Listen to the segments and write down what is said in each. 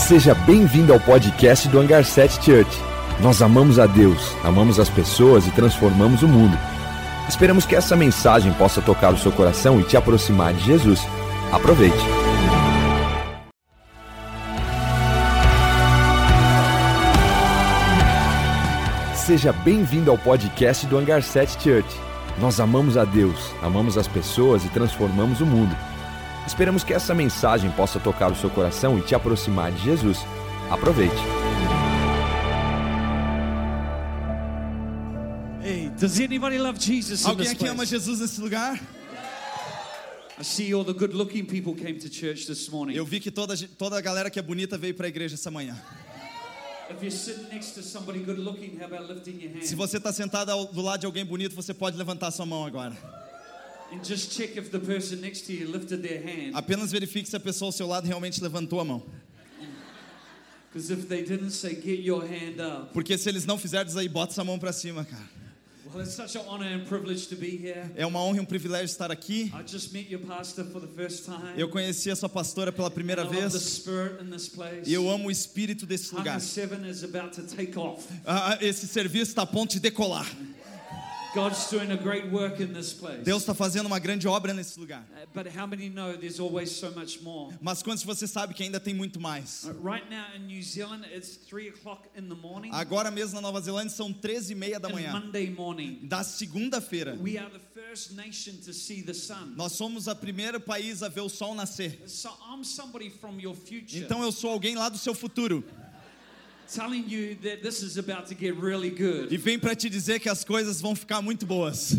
Seja bem-vindo ao podcast do Hangar 7 Church. Nós amamos a Deus, amamos as pessoas e transformamos o mundo. Esperamos que essa mensagem possa tocar o seu coração e te aproximar de Jesus. Aproveite. Seja bem-vindo ao podcast do Hangar 7 Church. Nós amamos a Deus, amamos as pessoas e transformamos o mundo. Esperamos que essa mensagem possa tocar o seu coração e te aproximar de Jesus. Aproveite. Hey, does anybody love Jesus in Alguém this aqui place? ama Jesus nesse lugar? I see all the good-looking people came to church this morning. Eu vi que toda a galera que é bonita veio para a igreja essa manhã. If you're sitting next to somebody good-looking, how about lifting your hand? Se você está sentado do lado de alguém bonito, você pode levantar sua mão agora. And just check if the person next to you lifted their hand. Apenas verifique se a pessoa ao seu lado realmente levantou a mão. Because if they didn't, say, get your hand up. Porque se eles não fizerem, diz aí, bota essa mão para cima, cara. Well, it's such an honor and privilege to be here. É uma honra e um privilégio estar aqui. I just met your pastor for the first time. Eu conheci a sua pastora pela primeira I love the vez. spirit in this place. E eu amo o espírito desse lugar. Hangar 7 is about to take off. Esse serviço está a ponto de decolar. God's doing a great work in this place. Deus está fazendo uma grande obra nesse lugar. But how many know there's always so much more? Mas quantos de você sabe que ainda tem muito mais? Right now in New Zealand, it's 3 o'clock in the morning. Agora mesmo na Nova Zelândia são 13h30 da And manhã. Monday morning. Da segunda-feira. We are the first nation to see the sun. Nós somos o primeiro país a ver o sol nascer. So I'm somebody from your future. Então eu sou alguém lá do seu futuro. Telling you that this is about to get really good. E vem para te dizer que as coisas vão ficar muito boas.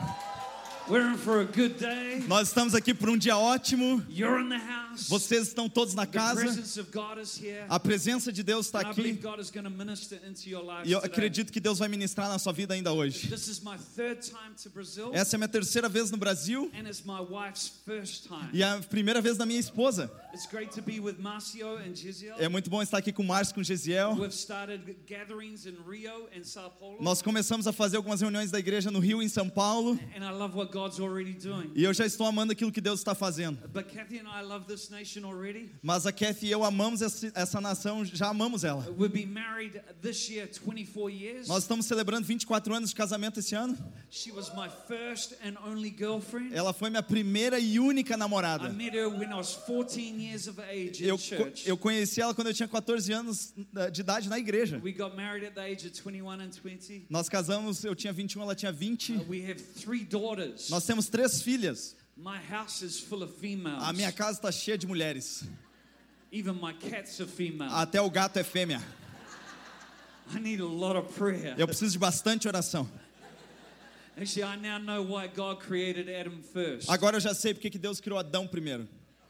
We're in for a good day. Nós estamos aqui por um dia ótimo. You're in the house. Vocês estão todos na The casa. presence of God is here. A presença de Deus está And I believe aqui. God is going to minister into your lives E eu today. acredito que Deus vai ministrar na sua vida ainda hoje. This is my third time to Brazil. Essa é a minha terceira vez no Brasil. And it's my wife's first time. E a primeira vez da minha esposa. It's great to be with Marcio and Giselle. É muito bom estar aqui com o Márcio e com o Gesiel. We've started gatherings in Rio and Sao Paulo. Nós começamos a fazer algumas reuniões da igreja no Rio e em São Paulo. And I love what God's already doing. E eu já estou amando aquilo que Deus está fazendo. But Kathy and I love this nation already. Mas a Kathy e eu amamos essa nação, já amamos ela. We've been married this year 24 years. Nós estamos celebrando 24 anos de casamento esse ano. She was my first and only girlfriend. Ela foi minha primeira e única I namorada. met her when I was 14 years of age in Eu church. conheci ela quando eu tinha 14 anos de idade na igreja. We got married at the age of 21 and 20. Nós casamos, eu tinha 21, ela tinha 20. We have 3 daughters. Nós temos 3 filhas. My house is full of females. A minha casa está cheia de mulheres. Even my cats are female. Até o gato é fêmea. I need a lot of prayer. Eu preciso de bastante oração. Actually, I now know why God created Adam first. Agora eu já sei porque que Deus criou Adão primeiro.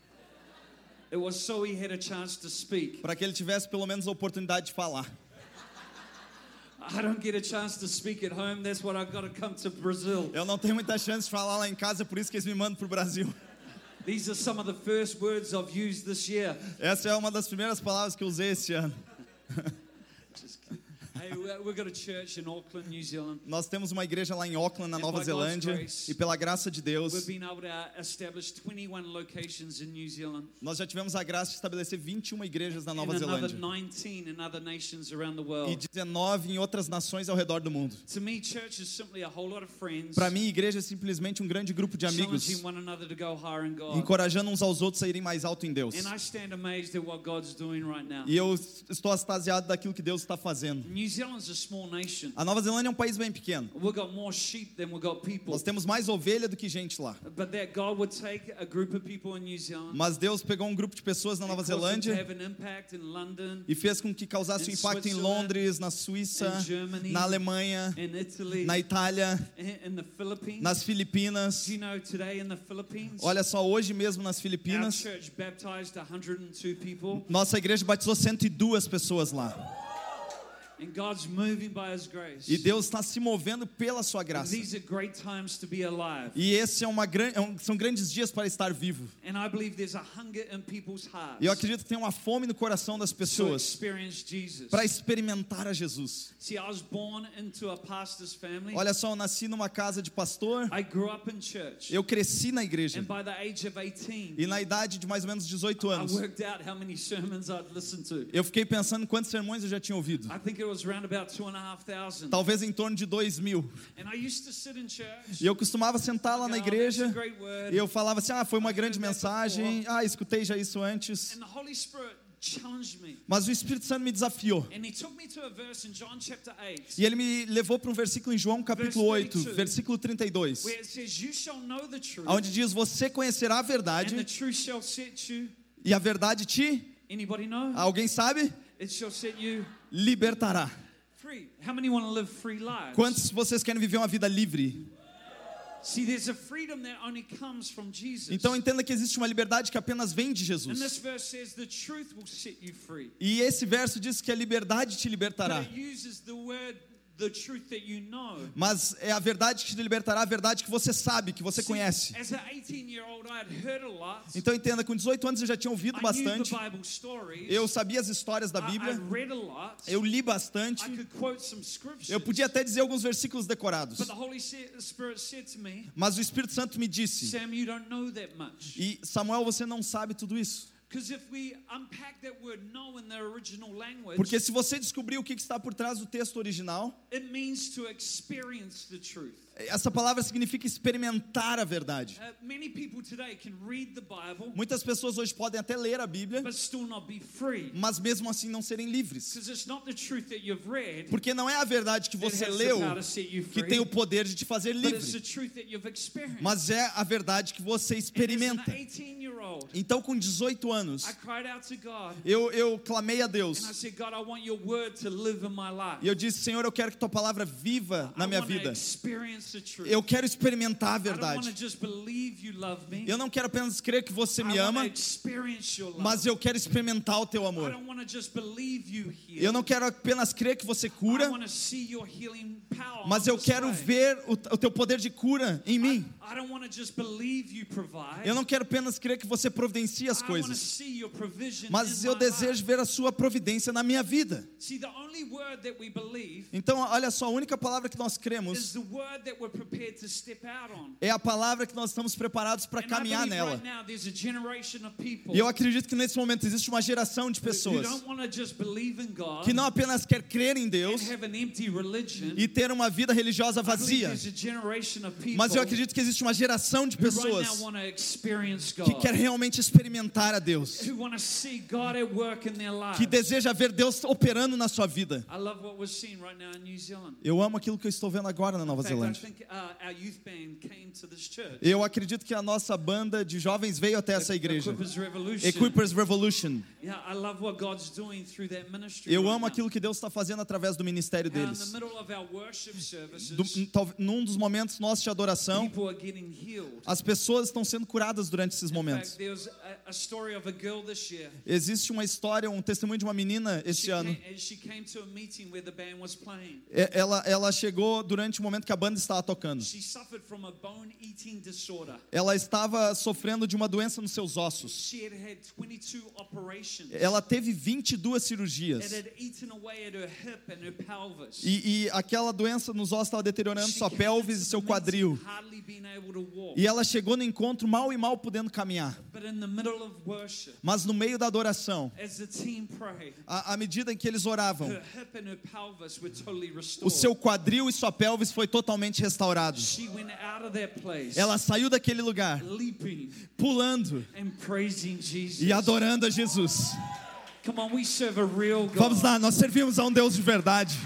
It was so he had a chance to speak. Para que ele tivesse pelo menos a oportunidade de falar. I don't get a chance to speak at home. That's what I've got to come to Brazil. Eu não tenho muita chance de falar lá em casa, por isso que eles me mandam pro Brasil. These are some of the first words I've used this year. Essa é uma das primeiras palavras que eu usei esse ano. Just kidding. Hey, we've got a church in Auckland, New Zealand. Nós temos uma igreja lá em Auckland, na And Nova by God's Zelândia, grace, e pela graça de Deus, We've been able to establish 21 locations in New Zealand. nós já tivemos a graça de estabelecer 21 igrejas na Nova And another Zelândia 19 in other nations around the e world. 19 em outras nações ao redor do mundo. To me, church is simply a whole lot of friends Para mim, igreja é simplesmente um grande grupo de amigos, challenging one another to go higher in God. encorajando uns aos outros a irem mais alto em Deus. And I stand amazed at what God's doing right now. E eu estou extasiado daquilo que Deus está fazendo. New Zealand's a small nation. A Nova Zelândia é um país bem pequeno. We've got more sheep than we've got people. Nós temos mais ovelha do que gente lá. But that God would take a group of people in New Zealand Mas Deus pegou um grupo de pessoas na Nova and cause them to Zelândia have an impact in London, e fez com que causasse um impacto em Londres, na Suíça, in Germany, na Alemanha, in Italy, na Itália, in the Philippines. nas Filipinas. Do you know today in the Philippines, Olha só, hoje mesmo nas our Filipinas, church baptized 102 people. nossa igreja batizou 102 pessoas lá. And God's moving by His grace. E Deus está se movendo pela sua And graça. these are great times to be alive. E esse são grandes dias para estar vivo. And I believe there's a hunger in people's hearts E eu acredito que tem uma fome no coração das to pessoas experience Jesus. para experimentar a Jesus. See, I was born into a pastor's family. Olha só, eu nasci numa casa de pastor, I grew up in church. eu cresci na igreja. And by the age of 18, E na idade de mais ou menos 18 I anos, worked out how many sermons I'd listened to. eu fiquei pensando quantos sermões eu já tinha ouvido. I think it was around about 2,500. Talvez em torno de 2.000. And I used to sit in church. E eu costumava sentar lá na igreja That's a great word. e eu falava assim, foi uma grande mensagem, escutei já isso antes. And the Holy Spirit challenged me. Mas o Espírito Santo me desafiou. And He took me to a verse in John chapter 8. E ele me levou para um versículo em João capítulo 8, versículo 32. Where it says, "You shall know the truth, Onde diz, você conhecerá a and the verdade truth shall set you." e a verdade te, Anybody know? alguém sabe? It shall set you Libertará. free. How many want to live free lives? Quantos de vocês querem viver uma vida livre? See, there's a freedom that only comes from Jesus. Então entenda que existe uma liberdade que apenas vem de And this Jesus. verse says the truth will set you free. E esse verso diz que a liberdade te But libertará. it uses the word, the truth that you know. Mas é a verdade que te libertará, a verdade que você sabe, que você See, conhece. as an 18-year-old, I had heard a lot. Então entenda, com 18 anos eu já tinha ouvido I knew bastante. the Bible stories. Eu sabia as histórias da I Bíblia. read a lot. Eu li bastante. I could quote some scriptures. Eu podia até dizer alguns versículos decorados. But the Holy Spirit said to me, Mas o Espírito Santo me disse, Sam, you don't know that much. e Samuel, você não sabe tudo isso. Because if we unpack that word know in the original language, Porque se você descobrir o que está por trás do texto original, it means to experience the truth. essa palavra significa experimentar a verdade. Many people today can read the Bible, Muitas pessoas hoje podem até ler a Bíblia, but still not be free. mas mesmo assim não serem livres. Because it's not the truth that you've read Porque não é a verdade que that você has leu the power to set you que free, tem o poder de te fazer but it's the livre, truth that you've experienced. mas é a verdade que você And as an experimenta. 18-year-old, Então, com 18 anos, I cried out to God, eu clamei a and I Deus. said, God, I want your word to live in my life. E eu disse, Senhor, eu quero que tua palavra viva na I minha want to vida. experience the truth. Eu quero experimentar a I don't want to verdade. just believe you love me. Eu não quero apenas crer que você me I want ama, to experience your love. mas eu quero experimentar o teu I amor. don't want to just believe you heal. Eu não quero apenas crer que você I cura, want to see your healing power mas on eu quero display. ver o teu poder de cura em mim. I don't want to just believe you provide. Eu não quero apenas crer que você providencia as I want to coisas, see your provision mas in eu my desejo life. ver a sua providência na minha vida. See, the only word that we believe Então, olha só, a única palavra que nós is cremos the word that we're prepared to step out on. é a palavra que nós estamos preparados para And I caminhar believe nela. right now there's a generation of people E eu acredito que nesse momento existe uma geração de who pessoas don't want to just believe in God que não apenas quer crer em and Deus have an empty religion. e ter uma vida religiosa I believe vazia, there's a generation of people mas eu acredito que existe uma geração de who right pessoas now want to experience que God, quer realmente experimentar a Deus, who want to see God at work in their lives. que deseja ver Deus operando na sua vida. I love what we're seeing right now in New Zealand. Eu amo aquilo que eu estou vendo agora na Nova In fact, I Zelândia. think our youth band came to this church. Eu acredito que a nossa banda de jovens veio até essa igreja, Equippers Revolution. Equippers Revolution. Yeah, I love what God's doing through that ministry. Eu right amo now. aquilo que Deus está fazendo através do ministério How in the deles. middle of our worship services, Num dos momentos nossos de adoração, people are getting healed. as pessoas estão sendo curadas durante esses In momentos. fact, there's a story of a girl this year. Existe uma história, um testemunho de uma menina este ano. She came to a meeting where the band was playing. Ela chegou durante o momento que a banda estava tocando. She suffered from a bone-eating disorder. Ela estava sofrendo de uma doença nos seus ossos. She had 22 operations. Ela teve 22 It cirurgias. had eaten away at her hip and her pelvis. E aquela doença nos ossos estava deteriorando She sua came pelvis into e seu the meeting quadril. hardly being able to walk. E ela chegou no encontro mal e mal podendo caminhar. But in the middle of worship, Mas no meio da adoração, as the team prayed, à medida em que eles oravam, her hip and her pelvis were totally o restored. seu quadril e sua pelvis foi totalmente restaurado. She went out of that place, Ela saiu daquele lugar, leaping pulando and praising Jesus. e adorando a Jesus. Come on, we serve a real God. Vamos lá, nós servimos a um Deus de verdade.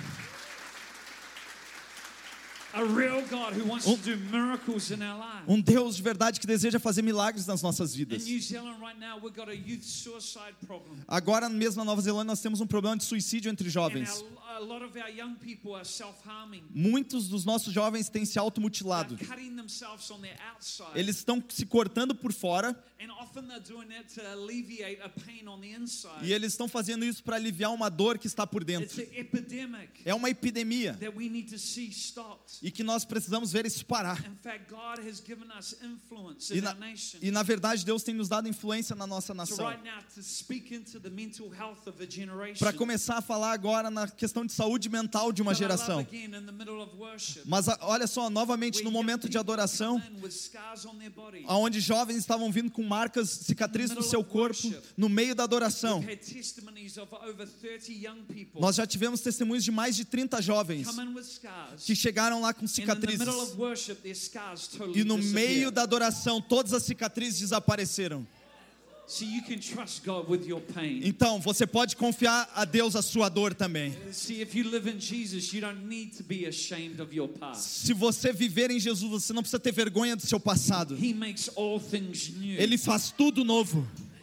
A real God who wants to do miracles in our lives. Um Deus de verdade que deseja fazer milagres nas nossas In vidas. New Zealand right now, we've got a youth suicide problem. Agora mesmo na Nova Zelândia nós temos um problema de suicídio entre And jovens. a lot of our young people are self-harming. Muitos dos nossos jovens têm se automutilado. They're cutting themselves on their outside. Eles estão se cortando por fora And often they're doing it to alleviate a pain on the inside. e eles estão fazendo isso para aliviar uma dor que está por It's dentro. an epidemic É uma epidemia that we need to see stopped. e que nós precisamos ver isso parar. In fact, God has given us influence E in na, our nation. e na verdade Deus tem nos dado influência na nossa So nação. right now to speak into the mental health of a generation. Para começar a falar agora na questão de saúde mental de uma But I love geração. again in the middle of worship, Mas olha só, novamente no where momento young de people adoração, come in with scars on their body. onde jovens estavam vindo com marcas, cicatrizes no seu corpo, no meio da adoração. We've had testimonies of over 30 young people Nós já tivemos testemunhos de mais de 30 jovens come in with scars. que chegaram lá com And in the cicatrizes. middle of worship, their scars totally E no meio disappear. da adoração, todas as cicatrizes desapareceram. So you can trust God with your pain. Então, você pode confiar a Deus a sua dor também. See, if you live in Jesus, you don't need to be ashamed of your past. Se você viver em Jesus, você não precisa ter vergonha do seu passado. He makes all things new. Ele faz tudo novo.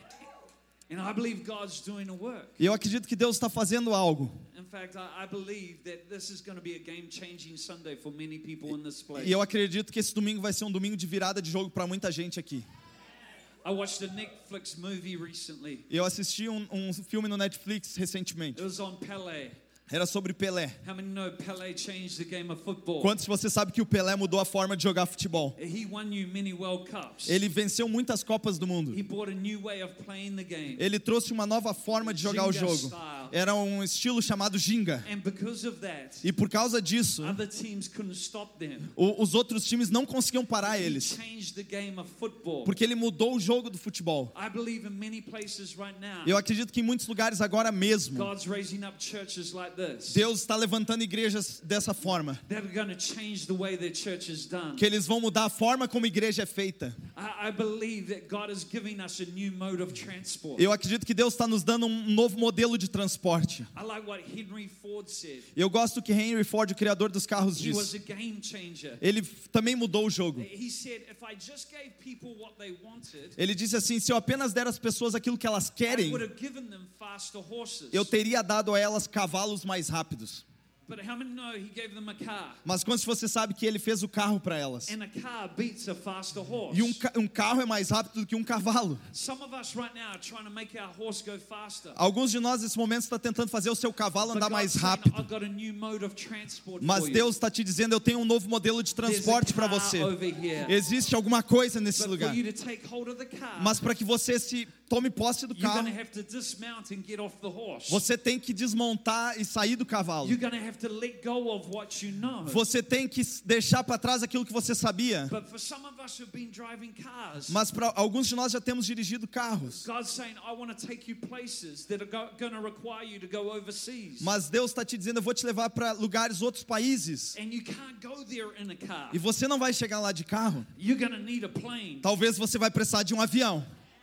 And I believe God's doing a work. E eu acredito que Deus está fazendo algo. In fact, I believe that this is going to be a game-changing Sunday for many people in this place. E eu acredito que esse domingo vai ser um domingo de virada de jogo para muita gente aqui. I watched a Netflix movie recently. Eu assisti um filme no Netflix recentemente. It was on Pelé. Era sobre Pelé. How many know Pelé changed the game of football? Quantos de você sabe que o Pelé mudou a forma de jogar futebol? He won you many World Cups. Ele venceu muitas Copas do Mundo. He brought a new way of playing the game. Ele trouxe uma nova forma de jogar o Ginga jogo. style. Era um estilo chamado ginga. And because of that, E por causa disso, other teams couldn't stop them. os outros times não conseguiam parar He eles. changed the game of football. Porque ele mudou o jogo do futebol. I believe in many places right now, Eu acredito que em muitos lugares agora mesmo, God's raising up churches like this Deus está levantando igrejas dessa forma. that are going to change the way their church is done. Que eles vão mudar a forma como a igreja é feita. I believe that God is giving us a new mode of transport. Eu acredito que Deus está nos dando um novo modelo de transporte. I like what Henry Ford said. Eu gosto que Henry Ford, o criador dos carros, He was disse. a game changer. Ele também mudou o jogo. He said, if I just gave people what they wanted, Ele disse assim, se eu apenas der às pessoas aquilo que elas I querem, would have given them faster horses. eu teria dado a elas cavalos mais rápidos. But how many know he gave them a car? Mas quantos de você sabe que ele fez o carro para elas? And a car beats a faster horse. E um carro é mais rápido do que um cavalo. Some of us right now are trying to make our horse go faster. Alguns de nós nesse momento está tentando fazer o seu cavalo But andar God's mais saying, rápido. I've got a new mode of transport Mas for you. Deus está te dizendo, eu tenho um novo modelo de There's a transporte para car você. over here. Existe alguma coisa nesse But lugar. for you to take hold of the car, Mas para que você se tome posse do you're going carro, to have to dismount and get off the horse. você tem que desmontar e sair do cavalo. You're going to have to let go of what you know. Você tem que deixar para trás aquilo que você sabia. But for some of us who've been driving cars, Mas para alguns de nós já temos dirigido carros. God's saying, I want to take you places that are going to require you to go overseas. Mas Deus está te dizendo, eu vou te levar para lugares, outros países. And you can't go there in a car. E você não vai chegar lá de carro. You're going to need a plane. Talvez você vai precisar de um avião.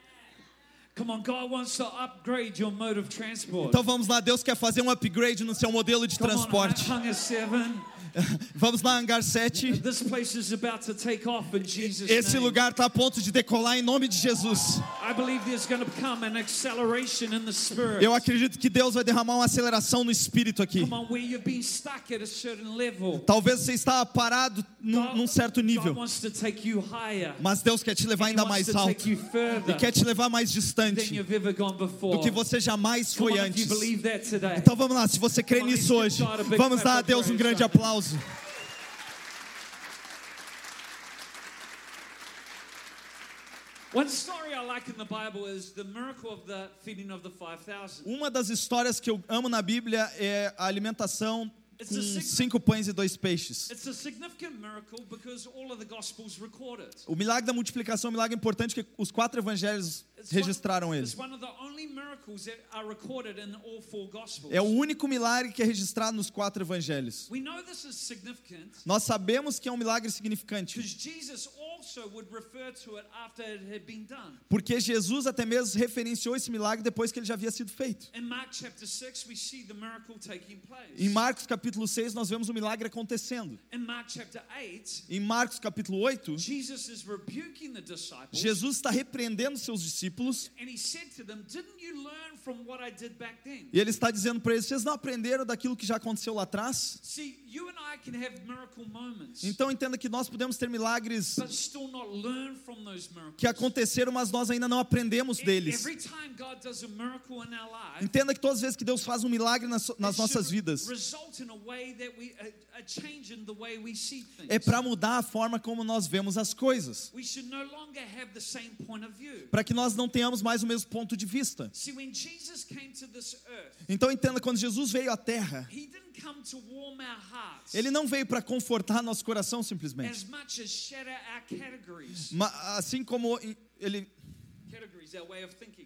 Come on, God wants to upgrade your mode of transport. Então vamos lá, Deus quer fazer um upgrade no seu modelo de Come transporte. on, Hunger 7. Vamos lá, Hangar 7. This place is about to take off in Jesus' Esse name. lugar está a ponto de decolar em nome de Jesus. I believe there's going to become an acceleration in the spirit. Eu acredito que Deus vai derramar uma aceleração no espírito aqui. Come on, where you've been stuck at a certain level. Talvez você está parado num certo God nível. wants to take you higher. Mas Deus quer te levar He ainda wants mais to alto. take you further E quer te levar mais than distante you've ever gone before. do que você jamais Come foi on, if you antes. believe that today. Então vamos lá, se você crê Come on, nisso let's hoje, give God a big vamos clap dar a of Deus um praise, grande son. aplauso. One story I like in the Bible is the miracle of the feeding of the 5,000. Uma das histórias que eu amo na Bíblia é a alimentação It's com a sign- 5 pães e 2 peixes. It's a significant miracle because all of the Gospels record it. O milagre da multiplicação é um milagre importante que os 4 evangelhos registraram ele. It's one of the only miracles that are recorded in all 4 Gospels. É o único milagre que é registrado nos 4 evangelhos. We know this is significant Nós sabemos que é um milagre significante, because Jesus also would refer to it after it had been done. porque Jesus até mesmo referenciou esse milagre depois que ele já havia sido feito. In Mark chapter 6, we see the miracle taking place. Em Marcos capítulo 6 nós vemos o milagre acontecendo. In Mark chapter 8, Em Marcos capítulo 8, Jesus is rebuking the disciples Jesus está repreendendo seus discípulos discípulos. And he said to them, didn't you learn from what I did back then? E ele está dizendo para eles: vocês não aprenderam daquilo que já aconteceu lá atrás? See, you and I can have miracle moments, Então entenda que nós podemos ter milagres but still not learn from those miracles. que aconteceram, mas nós ainda não aprendemos deles. Every time God does a miracle in our life, Entenda que todas as vezes que Deus faz um milagre nas nossas vidas, result in a way that a change in the way we see things. é para mudar a forma como nós vemos as coisas, We should no longer have the same point of view. para que nós não tenhamos mais o mesmo ponto de vista. See, when Jesus came to this earth, Então entenda, quando Jesus veio à Terra, he didn't come to warm our hearts Ele não veio para confortar nosso coração simplesmente, as much as shatter our categories. assim como ele Categories, our way of thinking.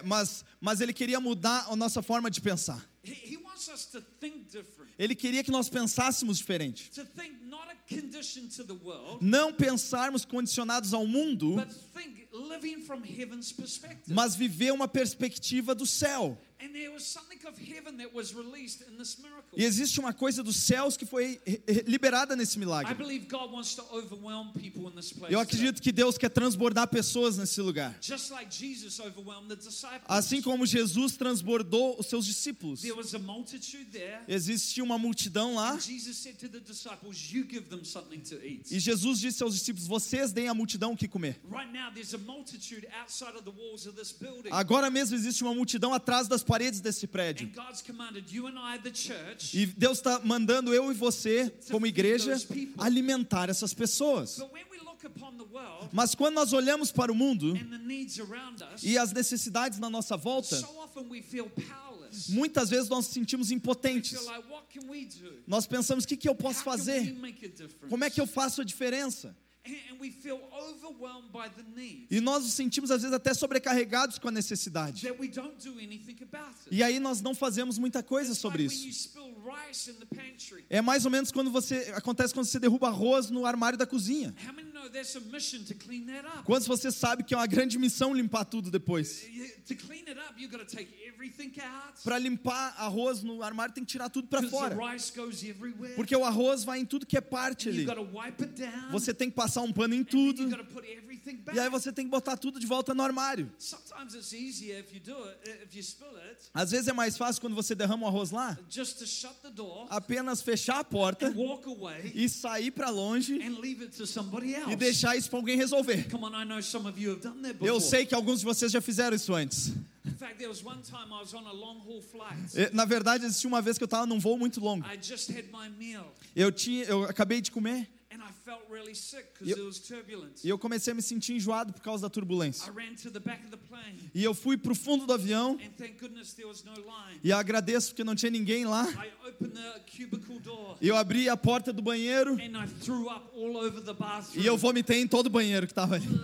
mas Ele queria mudar a nossa forma de pensar. He wants us to think different. Ele queria que nós pensássemos diferente. To think not a condition to the world, Não pensarmos condicionados ao mundo, but think living from heaven's perspective. mas viver uma perspectiva do céu. And there was something of heaven that was released in this miracle. E existe uma coisa dos céus que foi liberada nesse I milagre. believe God wants to overwhelm people in this place. Eu acredito que Deus quer transbordar pessoas nesse lugar. today. Just like Jesus overwhelmed the disciples. Assim como Jesus transbordou os seus discípulos. There was a multitude there. Existia uma multidão lá. And Jesus said to the disciples, you give them something to eat. E Jesus disse aos discípulos: vocês deem à multidão o que comer. Right now there's a multitude outside of the walls of this building. Agora mesmo existe uma multidão atrás das paredes desse prédio. And God's commanded you and I, the church, E Deus está mandando eu e você, como igreja, alimentar essas pessoas. but when we look upon the world Mas quando nós olhamos para o mundo and the needs around us, e as necessidades na nossa volta, so often we feel powerless. muitas vezes nós nos sentimos We impotentes. feel like, what can we do? Nós pensamos: o que eu posso How can we fazer? make a difference? Como é que eu faço a diferença? And we feel overwhelmed by the needs E nós nos sentimos às vezes até sobrecarregados com a necessidade. that we don't do anything about it. E aí nós não fazemos muita coisa It's sobre like when you isso. spill rice in the pantry. É mais ou menos acontece quando você derruba arroz no armário da cozinha. How many know there's a mission to clean that up? Quantos você sabe que é uma grande missão limpar tudo depois? To clean it up, you've got to take everything out. Para limpar arroz no armário tem que tirar tudo para Because fora. the rice goes everywhere. Porque o arroz vai em tudo que é parte And ali. you've got to wipe it down. Você tem que passar um pano em And tudo. then you've got to put everything back. E aí você tem que botar tudo de volta no armário. Sometimes it's easier if you do it, if you spill it, Às vezes é mais fácil quando você derrama o arroz lá, just to shut the door apenas fechar a porta and walk away e sair para longe and leave it to somebody else. e deixar isso para alguém resolver. Come on, I know some of you have done that before. Eu sei que alguns de vocês já fizeram isso antes. In fact, there was one time I was on a long haul flight. Na verdade, existiu uma vez que eu estava num voo muito longo. I just had my meal Eu acabei de comer and I felt really sick because it was turbulent. e eu comecei a me sentir enjoado por causa da turbulência. I ran to the back of the plane E eu fui pro fundo do avião and thank goodness there was no line. e agradeço porque não tinha ninguém lá. I opened the cubicle door E eu abri a porta do banheiro and I threw up all over the bathroom. e eu vomitei em todo o banheiro que estava ali.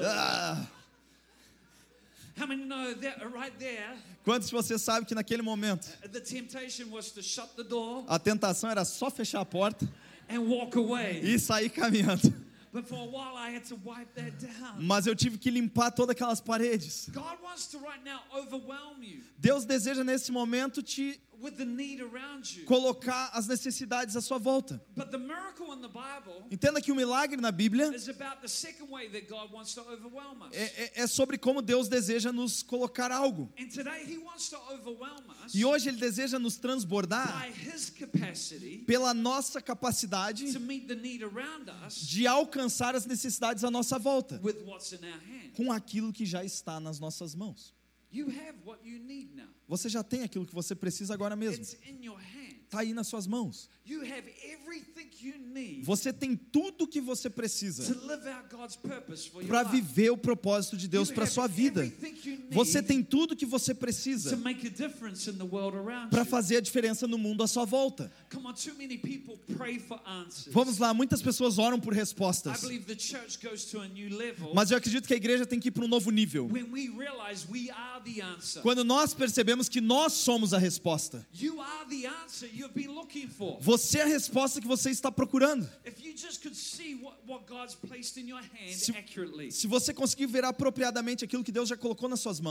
How many know that right there, Quantos de vocês sabem que naquele momento the temptation was to shut the door a tentação era só fechar a porta and walk away. e sair caminhando? But for a while I had to wipe that down. Mas eu tive que limpar todas aquelas paredes. God wants to right now overwhelm you Deus deseja nesse momento te with the need around you. colocar as necessidades à sua volta. But the miracle in the Bible Entenda que o milagre na Bíblia is about the second way that God wants to overwhelm us. é sobre como Deus deseja nos colocar algo. And today He wants to overwhelm us E hoje Ele deseja nos transbordar by His capacity pela nossa capacidade to meet the need around us de alcançar as necessidades à nossa volta, with what's in our hand. com aquilo que já está nas nossas mãos. You have what you need now. Você já tem aquilo que você precisa agora mesmo. It's in your hand. Está aí nas suas mãos. You have everything you need Você tem tudo o que você precisa to live out God's purpose for your para life. viver o propósito de Deus You para a have sua vida. everything you need Você tem tudo o que você to precisa make a difference in the world around para you. fazer a diferença no mundo à sua volta. Come on, too many people pray for answers. Vamos lá, muitas pessoas oram por I respostas, believe the church goes to a new level mas eu acredito que a igreja tem que ir para um novo nível. when we realize we are the answer. Quando nós percebemos que nós somos a resposta. You are the answer you've been looking for. Você é a resposta que você está procurando. If you just could see what God's placed in your hand Se- accurately. Se você conseguir ver apropriadamente aquilo que Deus já colocou nas suas mãos,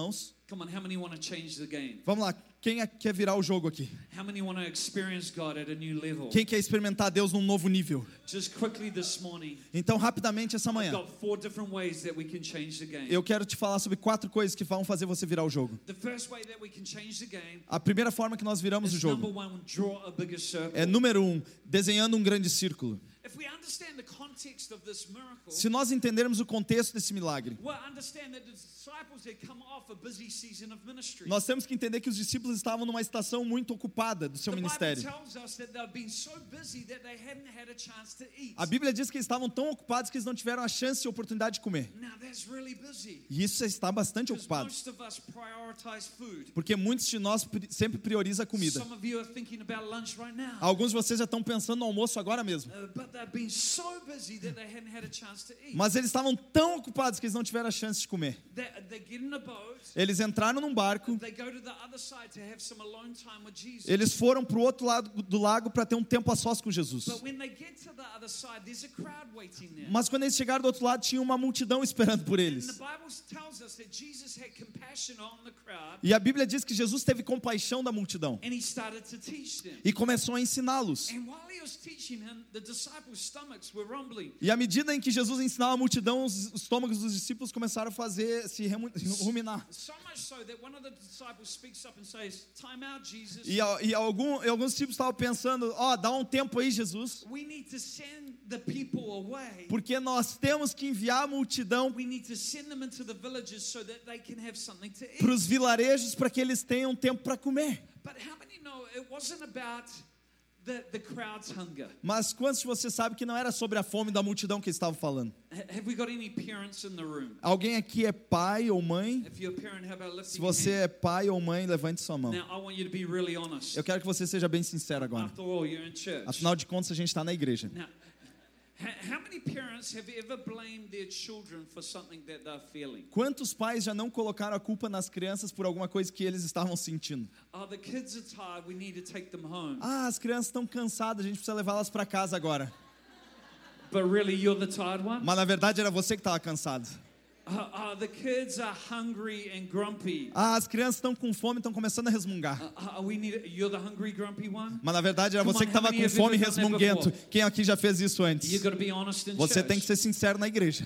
Come on, how many want to change the game? Vamos lá, quem quer virar o jogo aqui? How many want to experience God at a new level? Quem quer experimentar Deus num novo nível? Just quickly this morning, Então, rapidamente essa I've manhã, got 4 different ways that we can change the game. eu quero te falar sobre 4 coisas que vão fazer você virar o jogo. The first way that we can change the game A primeira forma que nós viramos o is jogo number 1, draw a bigger circle. é, número 1, desenhando um grande círculo. If we understand the context of this miracle, Se nós entendermos o contexto desse milagre, we'll understand that the disciples had come off a busy season of ministry. nós temos que entender que os discípulos estavam numa estação muito ocupada do seu The Bible ministério. tells us that they've been so busy that they hadn't had a chance to eat. A Bíblia diz que eles estavam tão ocupados que eles não tiveram a chance e a oportunidade de comer. Now that's really busy. E isso está bastante Because ocupado, most of us prioritize food. porque muitos de nós sempre priorizam a comida. Some of you are thinking about lunch right now. Alguns de vocês já estão pensando no almoço agora mesmo. But they've been so busy that they hadn't had a chance to eat. Mas eles estavam tão ocupados que eles não tiveram a chance de comer. They get in a boat. Eles entraram num barco, They go to the other side to have some alone time with Jesus. eles foram para o outro lado do lago para ter um tempo a sós com Jesus. But when they get to the other side, there's a crowd waiting there. Mas quando eles chegaram do outro lado, tinha uma multidão esperando por And eles. the Bible tells us that Jesus had compassion on the crowd, E a Bíblia diz que Jesus teve compaixão da multidão and he started to teach them. e começou a ensiná-los. And while he was teaching him, the disciples' stomachs were rumbling. E à medida em que Jesus ensinava a multidão, os estômagos dos discípulos começaram a ruminar. So much so that one of the disciples speaks up and says, "Time out, Jesus. E alguns discípulos estavam pensando, dá um tempo aí, Jesus, We need to send the people away. porque nós temos que enviar a multidão We need to send them into the villages so that they can have something to para eat." os vilarejos para que eles tenham tempo para comer. But how many know it wasn't about the crowd's hunger? Mas quantos de vocês sabem que não era sobre a fome da multidão que eles estavam falando? Have we got any parents in the room? Alguém aqui é pai ou mãe? If you're a parent, how about Se lifting your você hand? é pai ou mãe, levante sua mão. Now, I want you to be really honest. Eu quero que você seja bem sincero agora. After all, you're in church. Afinal de contas, a gente está na igreja. Now, how many parents have ever blamed their children for something that they're feeling? Quantos pais já não colocaram a culpa nas crianças por alguma coisa que eles estavam sentindo? Oh, the kids are tired. We need to take them home. As crianças estão cansadas, a gente precisa levá-las para casa agora. But really, you're the tired one? Mas na verdade era você que estava cansado. The kids are hungry and grumpy. As crianças estão com fome, estão começando a resmungar. You're the hungry, grumpy one? Mas na verdade era Come você on, que estava how many com have fome e ever done that resmunguento. before? Quem aqui já fez isso antes? You got to be honest in Você tem que church. ser sincero na igreja.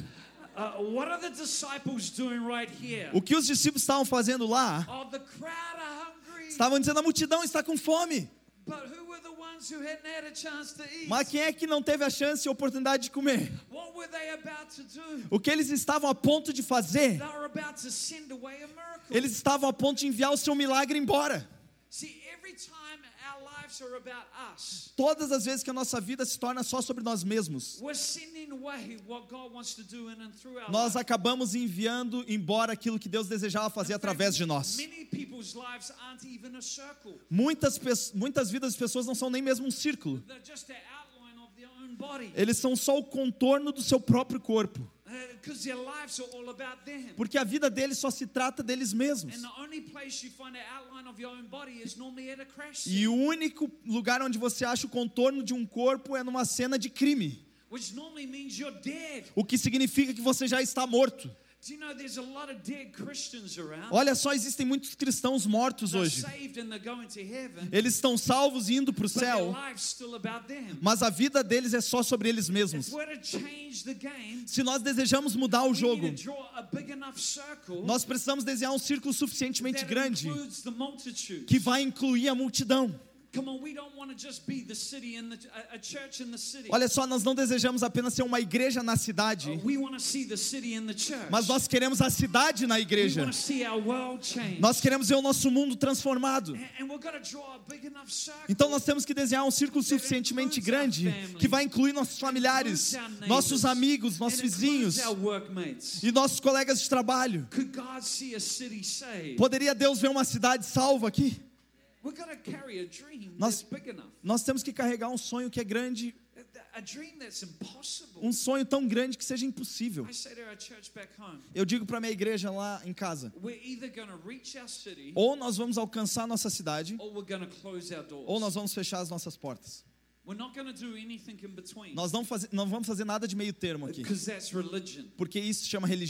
What are the disciples doing right here? O que os discípulos estavam fazendo lá? Oh, the crowd are hungry. Estavam dizendo a multidão está com fome. But who were the ones who hadn't had a chance to eat? Mas quem é que não teve a chance e a oportunidade de comer? What were they about to do? O que eles estavam a ponto de fazer? They were about to send away a miracle. Eles estavam a ponto de enviar o seu milagre embora. See, every time our lives are about us, Todas as vezes que a nossa vida se torna só sobre nós mesmos, we're sending away what God wants to do in and through our nós lives. acabamos enviando embora aquilo que Deus desejava fazer In fact, através de nós. Many people's lives aren't even a circle. Muitas vidas das pessoas não são nem mesmo um círculo. They're just the outline of their own body. Eles são só o contorno do seu próprio corpo. Because their lives are all about them. Porque a vida deles só se trata deles mesmos. And the only place you find the outline of your own body is normally at a crash E scene, o único lugar onde você acha o contorno de um corpo é numa cena de crime. which normally means you're dead. O que significa que você já está morto. Do you know there's a lot of dead Christians around? Olha só, existem muitos cristãos mortos They're hoje. saved and they're going to heaven, Eles estão salvos e indo para o but their céu, life's still about them. mas a vida deles é só sobre eles mesmos. If we're to change the game, Se nós desejamos mudar o we jogo, need to draw a big enough circle nós precisamos desenhar um círculo suficientemente that grande includes the multitude. que vai incluir a multidão. Come on, we don't want to just be the city and a church in the city. Olha só, nós não desejamos apenas ser uma igreja na cidade, We want to see the city and the church. mas nós queremos a cidade na We igreja. want to see our world change. Nós queremos ver o nosso mundo transformado. And we're going to draw a big enough circle. Então nós temos que desenhar um círculo suficientemente grande que vai incluir nossos familiares, nossos amigos, nossos and includes vizinhos our workmates. e nossos colegas de trabalho. Could God see a city saved? Poderia Deus ver uma cidade salva aqui? We're going to carry a dream Nós- that's big enough. Nós temos que carregar um sonho que é grande, A dream that's impossible. um sonho tão grande que seja impossível. I say to our church back home, Eu digo para minha igreja lá em casa, we're either going to reach our city ou nós vamos alcançar a nossa cidade, or we're going to close our doors. ou nós vamos fechar as nossas portas. We're not going to do anything in between Nós não vamos fazer nada de meio termo aqui, because that's religion. porque isso se chama religião.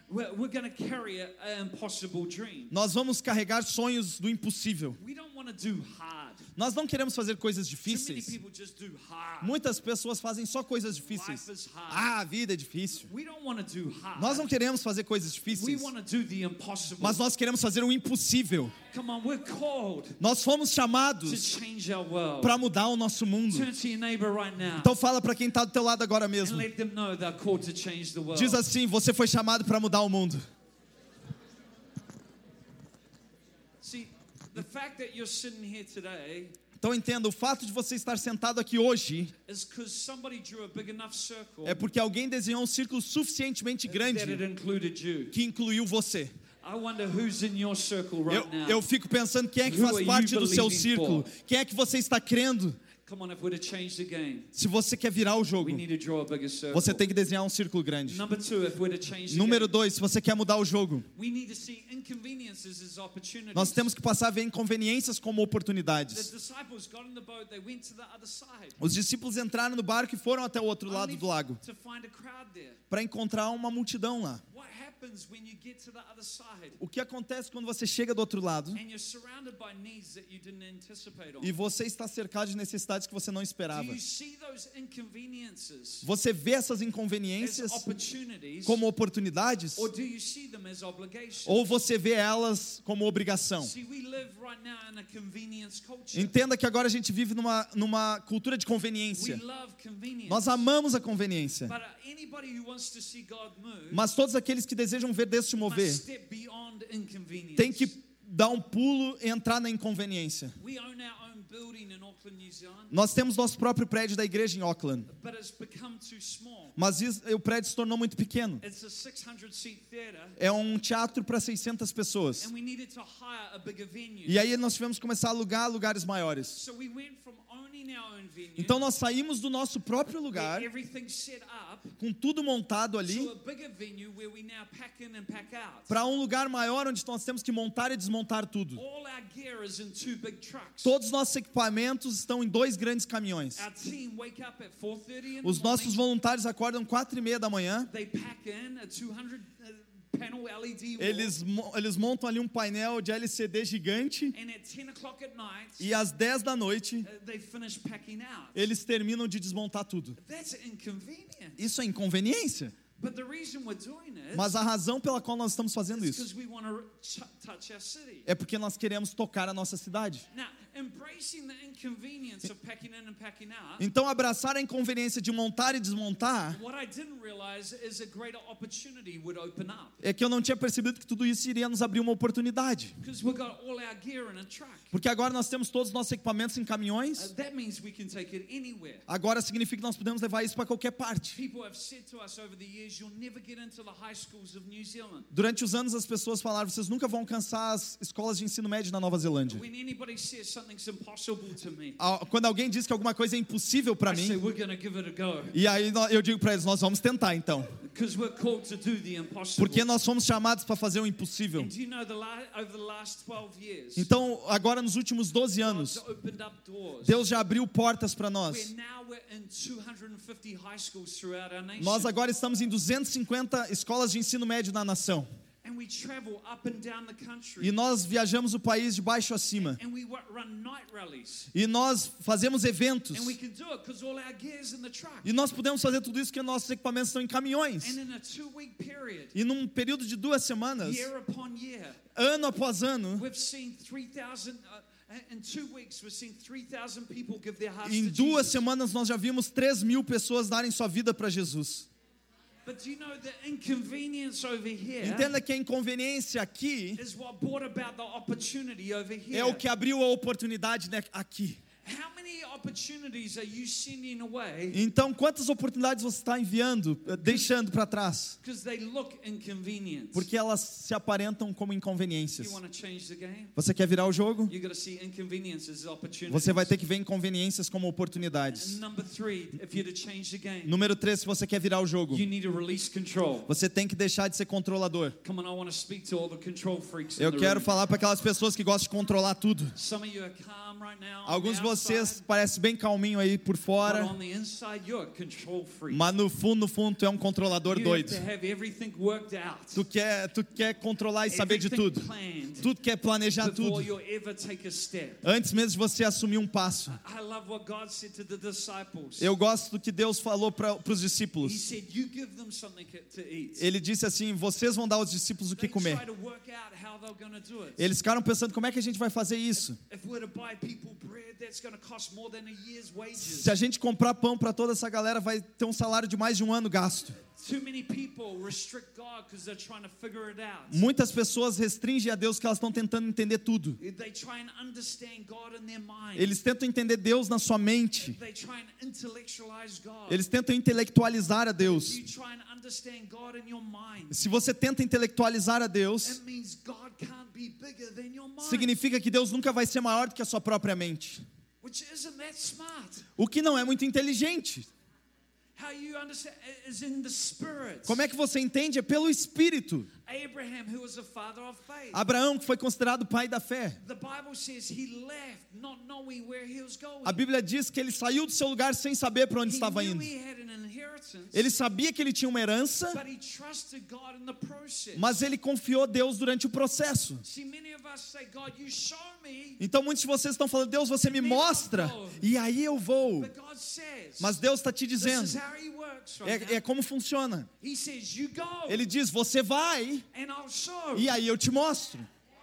we're going to carry an impossible dream. Nós vamos carregar sonhos do impossível. We don't want to do hard. Nós não queremos fazer coisas Too many difíceis. people just do hard. Muitas pessoas fazem só coisas difíceis. Life is hard. Ah, a vida é difícil. We don't want to do hard. Nós não queremos fazer coisas We difíceis, want to do the impossible. mas nós queremos fazer o impossível. Come on, we're called Nós fomos to chamados change our world. para mudar o nosso mundo. Turn to your neighbor right now Então fala para quem está do teu lado agora and mesmo. let them know they're called to change the world. Diz assim: você foi chamado para mudar o mundo. See, the fact that you're sitting here today Então entenda, o fato de você estar sentado aqui hoje is because somebody drew a big enough circle é porque alguém desenhou um círculo suficientemente grande that it included you. que incluiu você. I wonder who's in your circle right now. Eu fico pensando quem é que Who faz are parte you do seu believing círculo. for? Quem é que você está crendo? Come on, if we're to change the game, Se você quer virar o jogo, we need to draw a bigger circle. você tem que desenhar um círculo grande. Number two, if we're to change the Número game, 2, se você quer mudar o jogo, we need to see inconveniences as opportunities. nós temos que passar a ver inconveniências como The oportunidades. disciples got in the boat, they went to the other side. Os discípulos entraram no barco e foram até o outro lado Only do lago to find a crowd there. para encontrar uma multidão lá. What happens when you get to the other side O que acontece quando você chega do outro lado and you're surrounded by needs that you didn't anticipate on? e você está cercado de necessidades que você não Do esperava? you see those inconveniences Você vê essas as inconveniências opportunities, como oportunidades or do you see them as obligations? ou você vê elas como obrigação? See, we live right now in a convenience culture. Entenda que agora a gente vive numa cultura de We conveniência. love convenience. Nós amamos a conveniência. But anybody who wants to see God move Mas todos aqueles que desejam ver Deus se mover must step beyond inconvenience. têm que dar um pulo e entrar na inconveniência. We own our own building in Auckland, New Zealand, Nós temos nosso próprio prédio da igreja em Auckland, but it's become too small. mas o prédio se tornou muito pequeno. It's a 600-seat theater, É um teatro para 600 pessoas. and we needed to hire a bigger venue. E aí nós tivemos que começar a alugar lugares maiores. So we went from owning our own venue, Então nós saímos do nosso próprio where lugar, everything's set up, com tudo montado ali, to a bigger venue where we now pack in and pack out. para um lugar maior onde nós temos que montar e desmontar tudo. All our gear is in 2 big trucks. Todos os nossos equipamentos estão em 2 grandes caminhões. Our team wake up at 4:30 in the Os nossos morning. voluntários acordam 4:30 da manhã. They pack in a 200 panel LED wall, Eles montam ali um painel de LCD gigante and at 10 o'clock at night, e às 10 da noite they finish packing out. eles terminam de desmontar tudo. That's inconvenient. Isso é inconveniência. But the reason we're doing it Mas a razão pela qual nós estamos fazendo is isso because we want to touch our city. é porque nós queremos tocar a nossa cidade. Now, embracing the inconvenience of packing in and packing out, Então abraçar a inconveniência de montar e desmontar what I didn't realize is a greater opportunity would open up. é que eu não tinha percebido que tudo isso iria nos abrir uma oportunidade. Because we got all our gear in a truck. Porque agora nós temos todos os nossos equipamentos em caminhões. That means we can take it anywhere. Agora significa que nós podemos levar isso para qualquer parte. People have said to us over the years, you'll never get into the high schools of New Zealand. Durante os anos as pessoas falaram, vocês nunca vão alcançar as escolas de ensino médio na Nova Zelândia. When anybody says something's impossible to me, Quando alguém diz que alguma coisa é impossível para I say mim, we're going to give it a go. e aí eu digo para eles, nós vamos tentar então. Because we're called to do the impossible. Porque nós fomos chamados para fazer o impossível. And do you know over the last 12 years, Então, agora nos últimos 12 God's anos, opened up doors. Deus já abriu portas para Where nós. now we're in 250 high schools throughout our nation. Nós agora estamos em 250 escolas de ensino médio na nação. And we travel up and down the country. E nós viajamos o país de baixo a cima. And we run night rallies. E nós fazemos eventos. And we can do it because all our gear's in the truck. E nós podemos fazer tudo isso porque nossos equipamentos estão em caminhões. And in a 2-week period, E num período de 2 semanas, year upon year, ano após ano, we've seen 3,000. In 2 weeks, we've seen 3,000 people give their hearts em to 2 Jesus. semanas nós já vimos 3.000 pessoas darem sua vida para Jesus. But do you know the inconvenience over here Entenda que a inconveniência aqui is what brought about the opportunity over here? é o que abriu a oportunidade, né, aqui. How many opportunities are you sending away Então, quantas oportunidades você está enviando, deixando para trás? because they look inconvenient? Porque elas se aparentam como inconveniências. You want to change the game? Você quer virar o jogo? You got to see inconveniences as opportunities. Você vai ter que ver inconveniências como And oportunidades. number 3, if you're to change the game, Número 3, se você quer virar o jogo, you need to release control. você tem que deixar de ser controlador. Come on, I want to speak to all the control freaks in Eu the quero room. falar para aquelas pessoas que gostam de controlar tudo. Some of you are calm right now. on Alguns the de vocês outside. parece bem calminho aí por but fora, on the inside you're a control freak. mas no fundo, tu é um controlador You doido. have to have everything worked out. Tu quer controlar e saber de Everything tudo. planned Tu quer planejar before tudo. you ever take a step. Antes mesmo de você assumir um passo. I love what God said to the disciples. Eu gosto do que Deus falou para os He discípulos. said, you give them something to eat. Ele disse assim, vocês vão dar aos discípulos o que They comer. try to work out how they're going to do it. Eles ficaram pensando, como é que a gente vai fazer isso? If we're to buy people bread, that's going to cost more than a year's wages. Se a gente comprar pão para toda essa galera, vai ter um salário de mais de um ano gasto. Too many people restrict God because they're trying to figure it out. Muitas pessoas restringem a Deus porque elas estão tentando entender tudo. They try and understand God in their mind. Eles tentam entender Deus na sua mente. They try and intellectualize God. Eles tentam intelectualizar a Deus. You try and understand God in your mind. Se você tenta intelectualizar a Deus, It means God can't be bigger than your mind. significa que Deus nunca vai ser maior do que a sua própria mente. Which isn't that smart. O que não é muito inteligente. How you understand is in the spirit. Como é que você entende? É pelo Espírito. Abraham, who was a father of faith. Abraão, que foi considerado pai da fé. The Bible says he left not knowing where he was going. A Bíblia diz que ele saiu do seu lugar sem saber para onde He estava knew indo. he had an inheritance, Ele sabia que ele tinha uma herança, but he trusted God in the process. mas ele confiou a Deus durante o processo. See, many of us say, God, you show me, Então muitos de vocês estão falando, Deus, você me mostra, e aí eu vou. but God says, Mas Deus está te this is dizendo, how he works right é now. como funciona. He says, you go, Ele diz, você vai, and I'll show. e aí eu te mostro.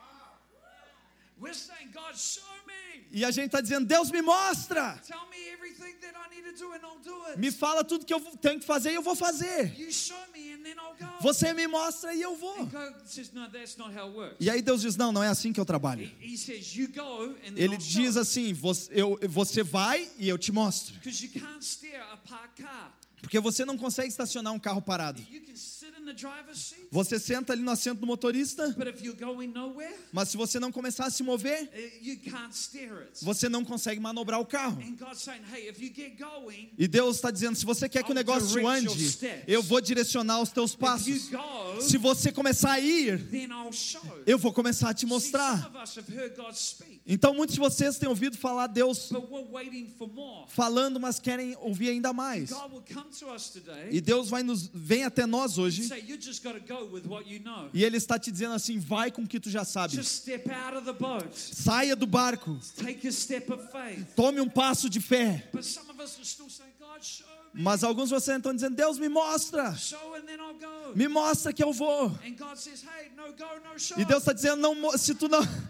We're saying, God, show me. E a gente está dizendo, Deus me mostra. Tell me everything that I need to do and I'll do it. Me fala tudo que eu tenho que fazer e eu vou fazer. You show me and then I'll go. Você me mostra e eu vou. And God says, no, that's not how it works. E aí Deus diz, não é assim que eu trabalho. He says, you go and then Ele I'll show. diz assim, você vai e eu te mostro. Because you can't steer a parked car. Porque você não consegue estacionar um carro parado. You can sit in the driver's seat, Você senta ali no assento do motorista, but if you're going nowhere, mas se você não começar a se mover, you can't steer it. você não consegue manobrar o carro. And God's saying, hey, if you get going, E Deus está dizendo, se você quer que o negócio ande, eu vou direcionar os teus if passos. you go, Se você começar a ir, then I'll show. eu vou começar a te See, some mostrar. of us have heard God speak, Então muitos de vocês têm ouvido falar Deus but we're waiting for more. falando, mas querem ouvir ainda mais. God will come to us today E Deus vem até nós and hoje, say, you just got to go with what you know. e Ele está te dizendo assim, vai com o que tu já sabe. Just step out of the boat. Saia do barco, Take a step of faith. tome um passo de fé. But some of us are still saying, God, show me. Mas alguns de vocês estão dizendo, Deus me mostra. Show and then I'll go. Me mostra que eu vou. And God says, hey, no go, no show. E Deus está dizendo, se tu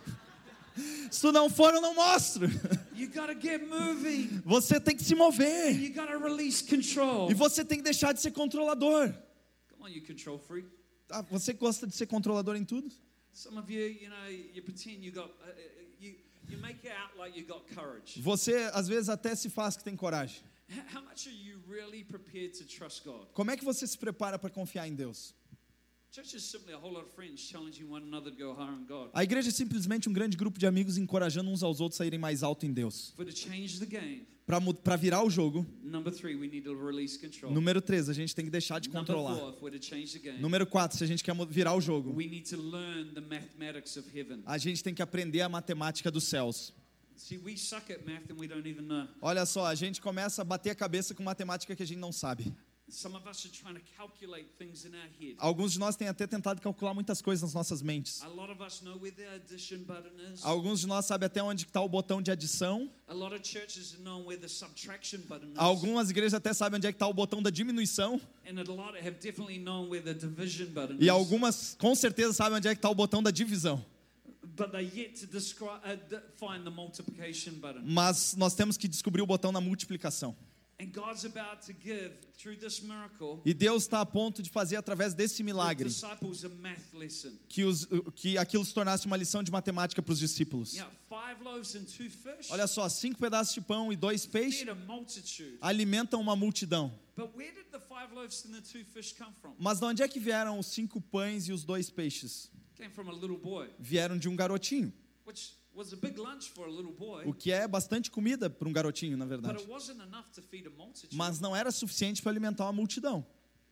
não for, eu não mostro. You got to get moving. Você tem que se mover. You got to release control. E você tem que deixar de ser controlador. Come on, you control freak. Ah, você gosta de ser controlador em tudo? Some of you, you pretend you got, you make it out like you got courage. Você, às vezes, até se faz que tem coragem. How much are you really prepared to trust God? Como é que você se prepara para confiar em Deus? Church is simply a whole lot of friends challenging one another to go higher in God. A igreja é simplesmente um grande grupo de amigos encorajando uns aos outros a irem mais alto em Deus. For to change the game, Para virar o jogo, number 3, we need to release control. número 3, a gente tem que deixar de Number controlar. 4, if we're to change the game, Número 4, se a gente quer virar o jogo, we need to learn the mathematics of heaven. a gente tem que aprender a matemática dos céus. See, we suck at math and we don't even know. Olha só, a gente começa a bater a cabeça com matemática que a gente não sabe. Some of us are trying to calculate things in our head. Alguns de nós têm até tentado calcular muitas coisas nas nossas mentes. A lot of us know where the addition button is. Alguns de nós sabem até onde está o botão de adição. A lot of churches know where the subtraction button is. Algumas igrejas até sabem onde é que está o botão da diminuição. And a lot have definitely known where the division button E is. algumas com certeza sabem onde é que está o botão da divisão. But they're yet to find the multiplication button. Mas nós temos que descobrir o botão da multiplicação. And God's about to give, through this miracle, E Deus está a ponto de fazer através desse the milagre disciples a math lesson. que aquilo se tornasse uma lição de matemática para os discípulos. Yeah, 5 loaves and 2 fish. Olha só, 5 pedaços de pão e 2 peixes Fed a multitude. alimentam uma multidão. But where did the 5 loaves and the 2 fish come from? Mas de onde é que vieram os 5 pães e os 2 peixes? Came from a little boy, Vieram de um garotinho, which was a big lunch for a little boy. o que é bastante comida para um garotinho, na But verdade. it wasn't enough to feed a multitude. Mas não era suficiente para alimentar uma multidão.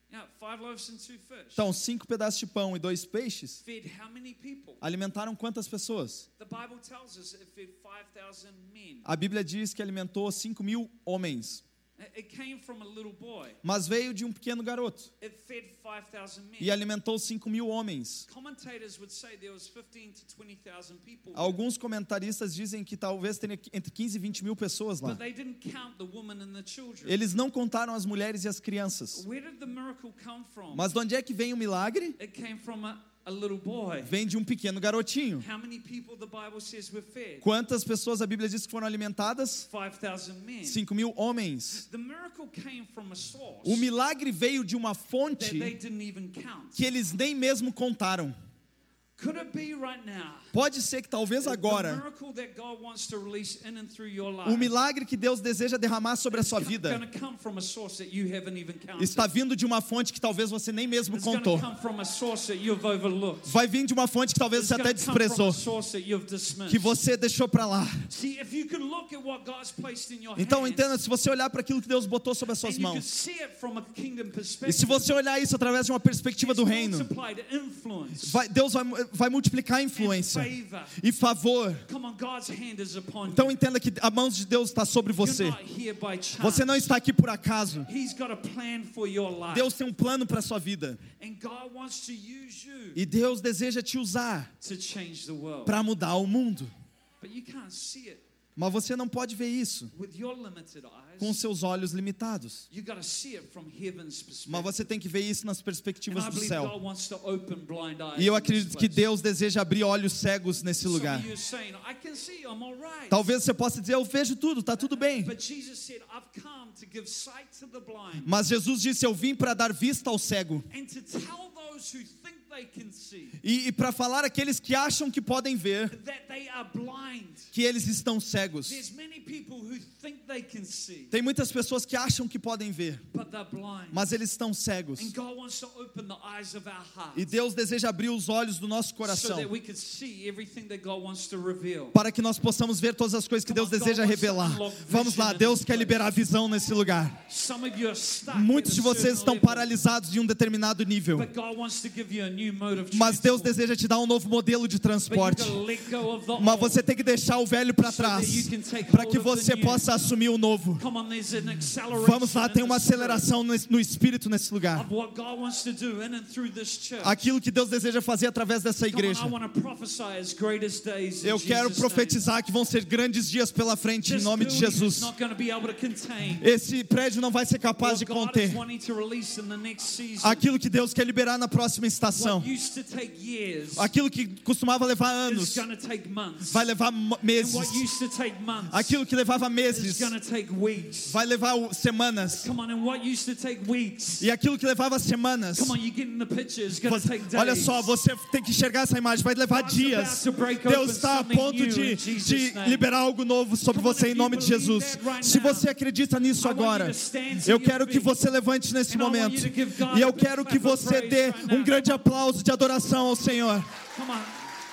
Now, 5 loaves and 2 fish. Então, 5 pedaços de pão e 2 peixes Fed how many people? alimentaram quantas pessoas? The Bible tells us it fed 5,000 men. A Bíblia diz que alimentou 5.000 homens. It came from a little boy. Mas veio de um pequeno garoto It fed 5,000 men. e alimentou 5.000 homens. Commentators would say there was 15 to 20,000 people. Alguns comentaristas dizem que talvez tenha entre 15 e 20 mil pessoas lá. But they didn't count the women and the children. Eles não contaram as mulheres e as crianças. Where did the miracle come from? Mas de onde é que vem o milagre? It came from a little boy. Vem de um pequeno garotinho. How many people the Bible says were fed? Quantas pessoas a Bíblia diz que foram alimentadas? 5,000 men. 5.000 homens. The miracle came from a source O milagre veio de uma that fonte they didn't even count. que eles nem mesmo contaram. Could it be right now? Pode ser que talvez The agora miracle that God wants to release in and through your life o milagre que Deus deseja derramar sobre a sua vida going to come from a source that you haven't even counted. está vindo de uma fonte que talvez você nem mesmo It's going contou. to come from a source that you've overlooked. Vai vir de uma fonte que talvez It's você going até to come from desprezou, a source that you've dismissed. que você deixou para lá. See, if you can look at what God's placed in your Então hands, entenda, se você olhar para aquilo que Deus botou sobre as suas and you can mãos, see it from a kingdom e se perspective, você olhar isso através de uma perspectiva do reino, multiplied influence Deus vai multiplicar a and influência favor. e favor. Come on, God's hand is upon Então you. entenda que a mão de Deus está sobre You're você. not here by chance. Você não está aqui por acaso. He's got a plan for your life. Deus tem um plano para a sua vida. And God wants to use you E Deus deseja te usar to change the world. para mudar o mundo. But you can't see it Mas você não pode ver isso with your limited eyes. com seus olhos limitados. You got to see it from heaven's perspective. Mas você tem que ver isso nas And perspectivas I do believe céu. God wants to open blind eyes. E eu in this acredito que place. Deus deseja abrir olhos cegos nesse Some lugar. of you are saying, I can see, I'm all right. Talvez você possa dizer, eu vejo tudo, está tudo bem. But Jesus said, I've come to give sight to the blind Mas Jesus disse, eu vim para dar vista ao cego. and to tell those who think they can see E para falar àqueles que acham que podem ver, that they are blind. que eles estão cegos. There's many people who think they can see, Tem muitas pessoas que acham que podem ver, but they're blind. mas eles estão cegos. And God wants to open the eyes of our heart E Deus deseja abrir os olhos do nosso so coração, that we can see everything that God wants to reveal. para que nós possamos ver todas as coisas que Deus deseja revelar. Vamos lá, Deus quer liberar visão nesse lugar. Some of you are stuck Muitos at de a vocês certain estão level, paralisados de um determinado nível, but God wants to give you a new mode of mas Deus transport. deseja te dar um novo modelo de But you've transporte. got to let go of the Mas old. você tem que deixar o velho para So that trás, you can take para hold que of the você new. possa assumir o novo. Come on, there's an acceleration Vamos lá, tem in uma the spirit aceleração no espírito nesse lugar. of what God wants to do in and through this church. Aquilo que Deus deseja fazer através dessa Come on, igreja. I want to prophesy as greatest days in Eu quero Jesus' profetizar que vão ser grandes dias pela frente name. em nome de This building is Jesus. not going to be able to contain Esse prédio não vai ser capaz de what God conter is wanting to release in the next season. aquilo que Deus quer liberar na próxima estação. What used to take years Aquilo que costumava levar is anos going to take months. vai levar And meses. what used to take months Aquilo que levava is meses going to take weeks. vai levar semanas. Come on, and what used to take weeks, E aquilo que levava semanas, come on, you get in the picture, is going to take days. olha só, você tem que enxergar essa imagem, vai levar God's dias. about to break Deus open está a something ponto new de in Jesus' name. liberar algo novo sobre Come on, você if em you nome de believe Jesus. that right Se now, você acredita nisso I want you agora, to stand to eu your quero que feet. você levante nesse And I want momento. you to give God E a eu big quero que clap of você praise dê right now. um grande aplauso de adoração ao Senhor. Come on.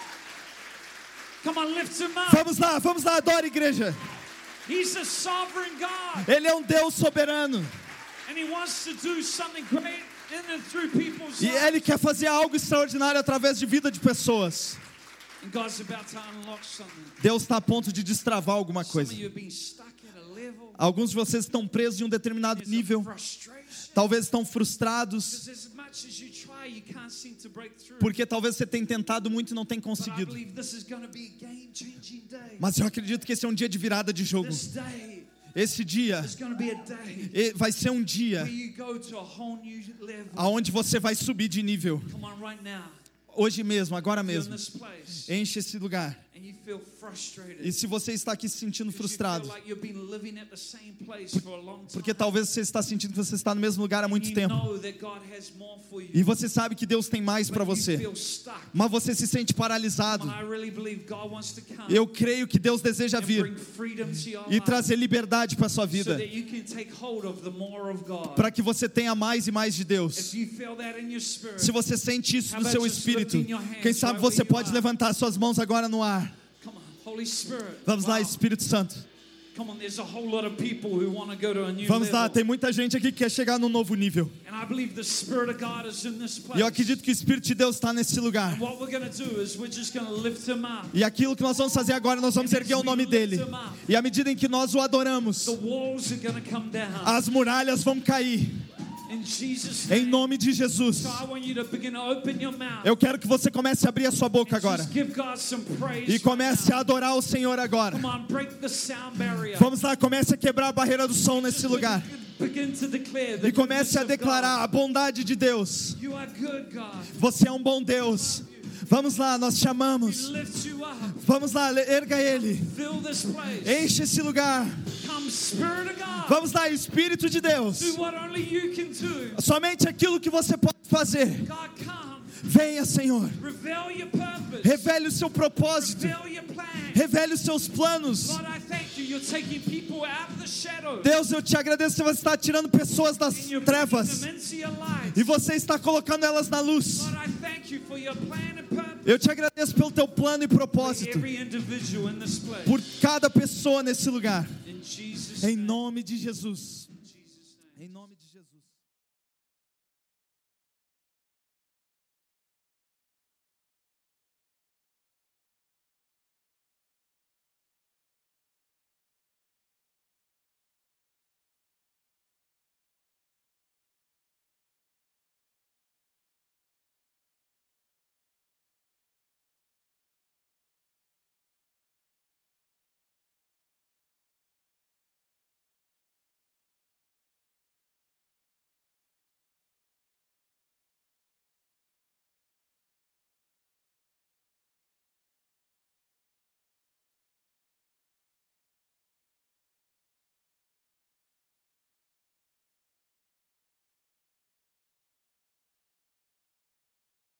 Come on, lift him up. Vamos lá, adore, igreja. He's a sovereign God. Ele é um Deus soberano. And he wants to do something great in and through people's E lives. Ele quer fazer algo extraordinário através de vida de pessoas. And God's about to unlock something. Deus está a ponto de destravar alguma Some coisa. of you have been stuck at a level. Alguns de vocês estão presos em um determinado There's a nível. frustration. Talvez estão frustrados, Because as much as you try, you can't seem to break through. porque talvez você tenha tentado muito e não tenha But I conseguido. believe this is going to be a game-changing day. Mas eu acredito que esse é um dia de virada de jogo. This day Esse dia is going to be a day vai ser um dia where you go to a whole new level. aonde você vai subir de nível. Come on, right now. Hoje mesmo, agora You're in mesmo. this place Enche esse lugar. and you feel frustrated. E se você está aqui se sentindo Because you frustrado, feel like you've been living at the same place for a long time. porque talvez você está sentindo que você está no mesmo lugar há muito You tempo, know that God has more for you. e você sabe que Deus tem mais para But you você, feel stuck. mas você se sente paralisado, But I really believe God wants to come eu creio que Deus deseja and vir bring freedom to your e life trazer liberdade para a sua so vida, that you can take hold of the more of God. para que você tenha mais e mais de If Deus. you feel that in your spirit, Se você sente isso no How seu about just espírito, lifting your hands quem sabe right where você you pode are? levantar suas mãos agora no ar. come on, Holy Spirit. Vamos lá, Wow. Espírito Santo. Come on, there's a whole lot of people who want to go to a new Vamos lá, level. tem muita gente aqui que quer chegar num novo nível. And I believe the Spirit of God is in this place. E eu acredito que o Espírito de Deus está nesse lugar. And what we're going to do is we're just going to lift him up. E aquilo que nós vamos fazer agora, nós vamos erguer o nome dele. E à medida em que nós o adoramos, The walls are going to come down. as muralhas vão cair. In Jesus' Em name. nome de Jesus. So I want you to begin to open your mouth. Eu quero que você comece a abrir a sua boca And agora. just give God some praise E right comece now. a adorar o Senhor agora. Come on, break the sound barrier. Vamos lá, comece a quebrar a barreira do som nesse Just lugar. begin to declare the E comece a goodness of declarar a bondade de Deus. God. You are good, God. Você é um bom Deus. Vamos lá, nós He chamamos. lifts you up. Vamos lá, erga ele. Fill this place. Enche esse lugar. Come, Spirit of God. Vamos lá, Espírito de Deus. Do what only you can do. Somente aquilo que você pode fazer. God, come. Venha, Senhor. Reveal your purpose. Revele o seu propósito. Reveal your plan. Revele os seus planos. Lord, I thank you. You're taking people out of the shadow. Deus, eu te agradeço que você está tirando pessoas das And you're trevas. bringing them into your light. E você está colocando elas na luz. Lord, I thank you for your plan and purpose. Eu te agradeço pelo teu plano e For propósito. every individual in this place. Por cada pessoa nesse lugar. In Jesus' Em name. nome de Jesus. In Jesus' name. Em nome de